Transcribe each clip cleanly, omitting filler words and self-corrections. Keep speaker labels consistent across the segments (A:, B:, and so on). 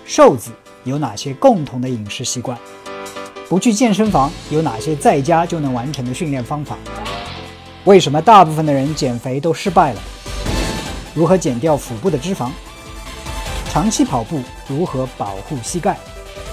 A: 瘦子有哪些共同的饮食习惯？不去健身房有哪些在家就能完成的训练方法？为什么大部分的人减肥都失败了？如何减掉腹部的脂肪？长期跑步如何保护膝盖？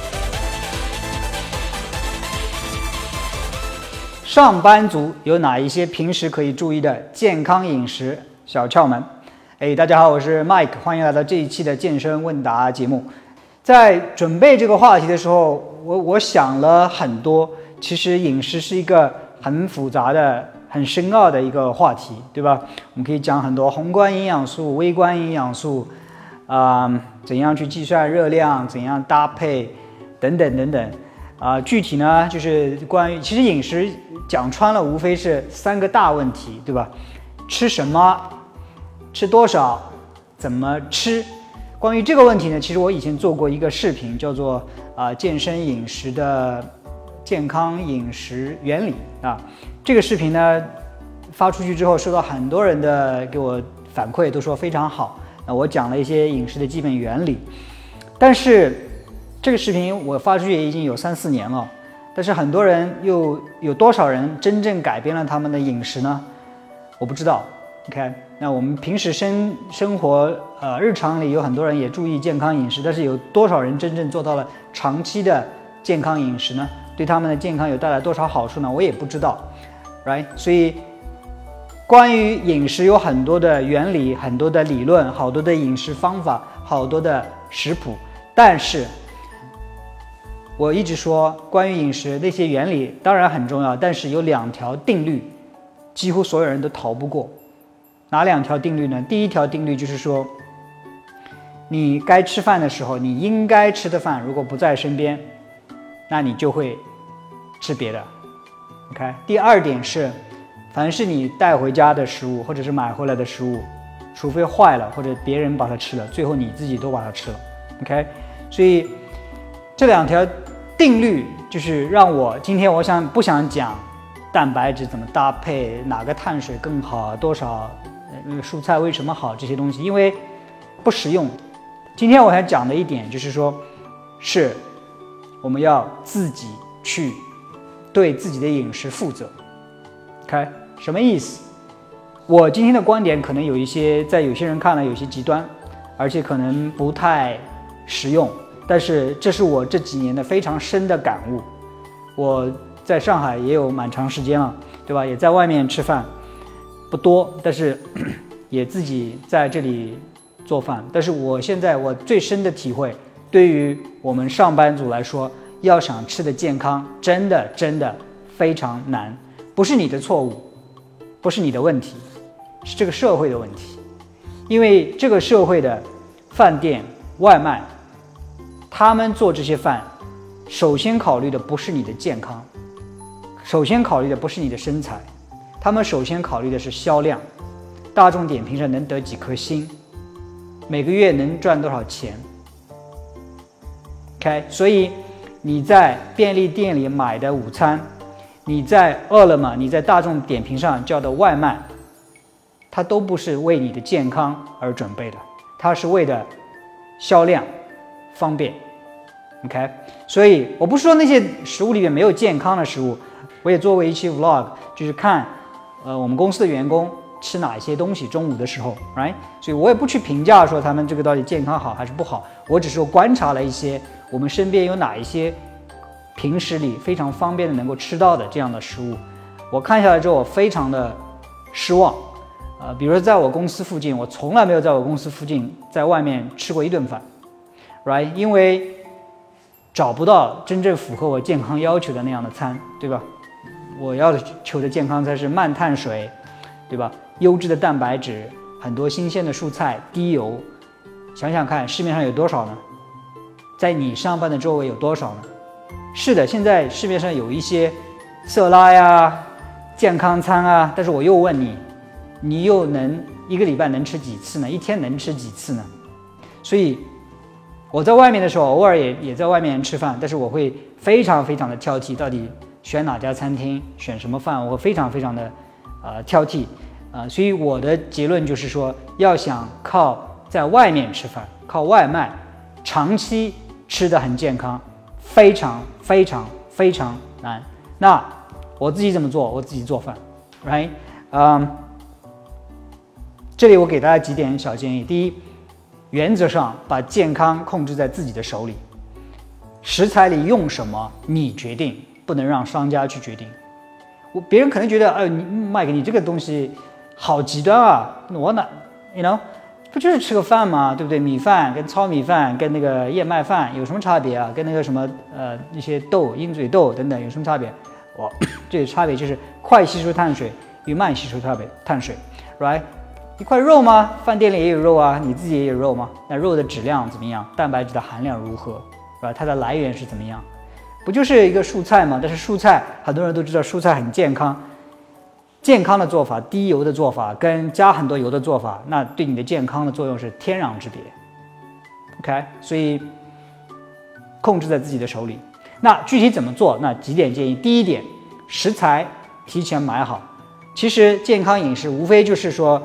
A: 上班族有哪一些平时可以注意的健康饮食小窍门？大家好，我是 Mike， 欢迎来到这一期的健身问答节目。在准备这个话题的时候，我想了很多。其实饮食是一个很复杂的、很深奥的一个话题，对吧？我们可以讲很多宏观营养素、微观营养素，怎样去计算热量，怎样搭配，等等等等。具体呢，就是关于其实饮食讲穿了，无非是三个大问题，对吧？吃什么，吃多少，怎么吃。关于这个问题呢，其实我以前做过一个视频，叫做健身饮食的健康饮食原理啊。这个视频呢发出去之后，收到很多人的给我反馈，都说非常好。我讲了一些饮食的基本原理，但是这个视频我发出去也已经有3-4年了，但是很多人又有多少人真正改变了他们的饮食呢？我不知道。OK， 那我们平时生活日常里有很多人也注意健康饮食，但是有多少人真正做到了长期的健康饮食呢？对他们的健康有带来多少好处呢？我也不知道 ，right？ 所以关于饮食有很多的原理、很多的理论、好多的饮食方法、好多的食谱，但是我一直说，关于饮食那些原理当然很重要，但是有2条定律，几乎所有人都逃不过。哪2条定律呢？第一条定律就是说，你该吃饭的时候，你应该吃的饭，如果不在身边，那你就会吃别的。OK。第二点是，凡是你带回家的食物，或者是买回来的食物，除非坏了或者别人把它吃了，最后你自己都把它吃了。OK。所以这2条定律就是让我今天不想讲蛋白质怎么搭配，哪个碳水更好，多少蔬菜为什么好，这些东西因为不实用。今天我想讲的一点就是说，是我们要自己去对自己的饮食负责。OK， 什么意思？我今天的观点可能在有些人看来有些极端，而且可能不太实用，但是这是我这几年的非常深的感悟。我在上海也有蛮长时间了，对吧？也在外面吃饭，不多，但是也自己在这里做饭。但是我现在我最深的体会，对于我们上班族来说，要想吃的健康，真的非常难。不是你的错误，不是你的问题，是这个社会的问题。因为这个社会的饭店、外卖，他们做这些饭，首先考虑的不是你的健康，首先考虑的不是你的身材，他们首先考虑的是销量，大众点评上能得几颗星，每个月能赚多少钱。OK， 所以你在便利店里买的午餐，你在饿了么，你在大众点评上叫的外卖，它都不是为你的健康而准备的，它是为了销量、方便。OK， 所以我不是说那些食物里面没有健康的食物，我也做过一期 vlog， 就是看我们公司的员工吃哪些东西，中午的时候 ，right？ 所以我也不去评价说他们这个到底健康好还是不好，我只是观察了一些我们身边有哪一些平时里非常方便的能够吃到的这样的食物。我看下来之后，我非常的失望。比如说在我公司附近，我从来没有在我公司附近在外面吃过一顿饭 ，right？ 因为找不到真正符合我健康要求的那样的餐，对吧？我要求的健康餐是慢碳水，对吧？优质的蛋白质，很多新鲜的蔬菜，低油。想想看，市面上有多少呢？在你上班的周围有多少呢？是的，现在市面上有一些色拉呀、健康餐啊，但是我又问你，你又能一个礼拜能吃几次呢？一天能吃几次呢？所以我在外面的时候，偶尔也在外面吃饭，但是我会非常的挑剔，到底选哪家餐厅，选什么饭，我会非常的挑剔所以我的结论就是说，要想靠在外面吃饭，靠外卖长期吃的很健康，非常非常非常难。那我自己怎么做？我自己做饭 ，right？ 这里我给大家几点小建议。第一，原则上把健康控制在自己的手里，食材里用什么你决定，不能让商家去决定。别人可能觉得，麦克你这个东西好极端啊，我哪 ，you know， 不就是吃个饭吗？对不对？米饭跟糙米饭跟那个燕麦饭有什么差别啊？跟那个什么一些豆、鹰嘴豆等等有什么差别？这差别就是快吸收碳水与慢吸收碳水 ，right？ 一块肉吗？饭店里也有肉啊，你自己也有肉吗？那肉的质量怎么样？蛋白质的含量如何？是吧？它的来源是怎么样？不就是一个蔬菜吗？但是蔬菜很多人都知道蔬菜很健康，健康的做法，低油的做法跟加很多油的做法，那对你的健康的作用是天壤之别。OK， 所以控制在自己的手里。那具体怎么做？那几点建议。第一点，食材提前买好。其实健康饮食无非就是说，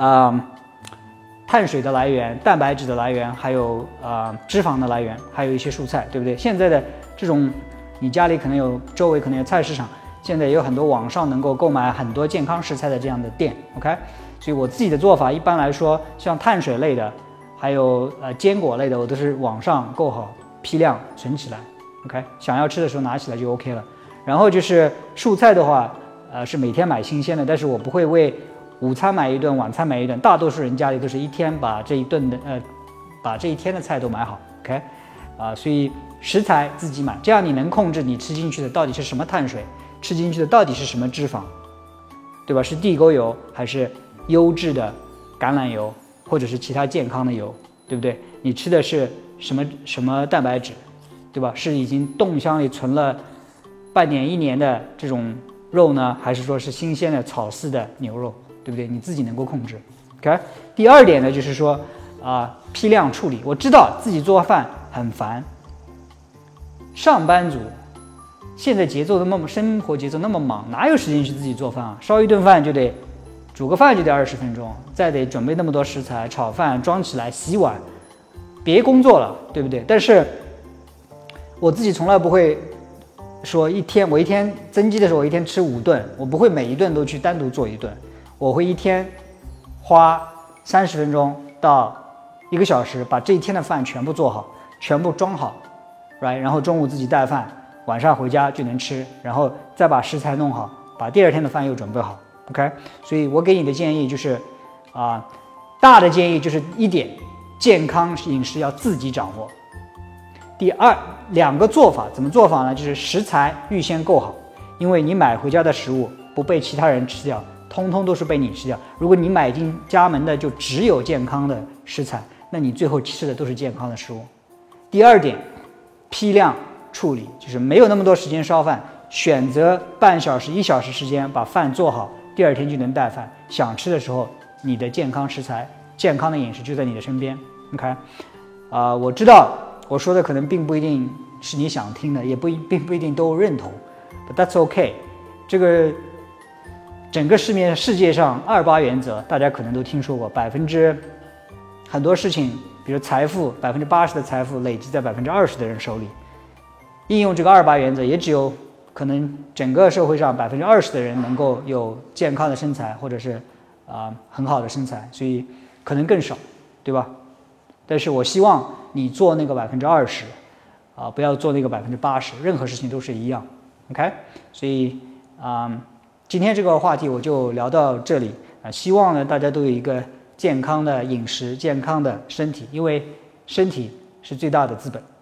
A: 碳水的来源、蛋白质的来源，还有脂肪的来源，还有一些蔬菜，对不对？现在的这种，你家里可能有，周围可能有菜市场，现在也有很多网上能够购买很多健康食材的这样的店。OK， 所以我自己的做法，一般来说，像碳水类的，还有坚果类的，我都是网上购好批量存起来。OK， 想要吃的时候拿起来就 OK 了。然后就是蔬菜的话，是每天买新鲜的，但是我不会为午餐买一顿，晚餐买一顿。大多数人家里都是一天把这一顿的把这一天的菜都买好。OK， 所以食材自己买，这样你能控制你吃进去的到底是什么碳水，吃进去的到底是什么脂肪，对吧？是地沟油还是优质的橄榄油，或者是其他健康的油，对不对？你吃的是什么蛋白质？对吧？是已经冻箱里存了半年、1年的这种肉呢，还是说是新鲜的草饲的牛肉，对不对？你自己能够控制。OK。第二点呢，就是说批量处理。我知道自己做饭很烦，上班族现在生活节奏那么忙，哪有时间去自己做饭啊？烧一顿饭就得煮个饭就得20分钟，再得准备那么多食材，炒饭、装起来、洗碗，别工作了，对不对？但是我自己从来不会说我一天增肌的时候，我一天吃5顿，我不会每一顿都去单独做一顿，我会一天花30分钟到1个小时把这一天的饭全部做好，全部装好 ，right？ 然后中午自己带饭，晚上回家就能吃，然后再把食材弄好，把第2天的饭又准备好 ，OK？ 所以我给你的建议就是大的建议就是一点，健康饮食要自己掌握。第二，2个做法，怎么做法呢？就是食材预先购好，因为你买回家的食物不被其他人吃掉，通通都是被你吃掉。如果你买进家门的就只有健康的食材，那你最后吃的都是健康的食物。第二点，批量处理，就是没有那么多时间烧饭，选择半小时、1小时时间把饭做好，第2天就能带饭。想吃的时候，你的健康食材、健康的饮食就在你的身边。OK， 我知道。我说的可能并不一定是你想听的，也并不一定都认同 ，but that's okay。这个整个世界上28原则，大家可能都听说过，很多事情，比如财富，80%的财富累积在20%的人手里。应用这个28原则，也只有可能整个社会上20%的人能够有健康的身材，或者是很好的身材，所以可能更少，对吧？但是我希望你做那个20%，不要做那个80%，任何事情都是一样 ，OK？ 所以今天这个话题我就聊到这里希望呢大家都有一个健康的饮食、健康的身体，因为身体是最大的资本。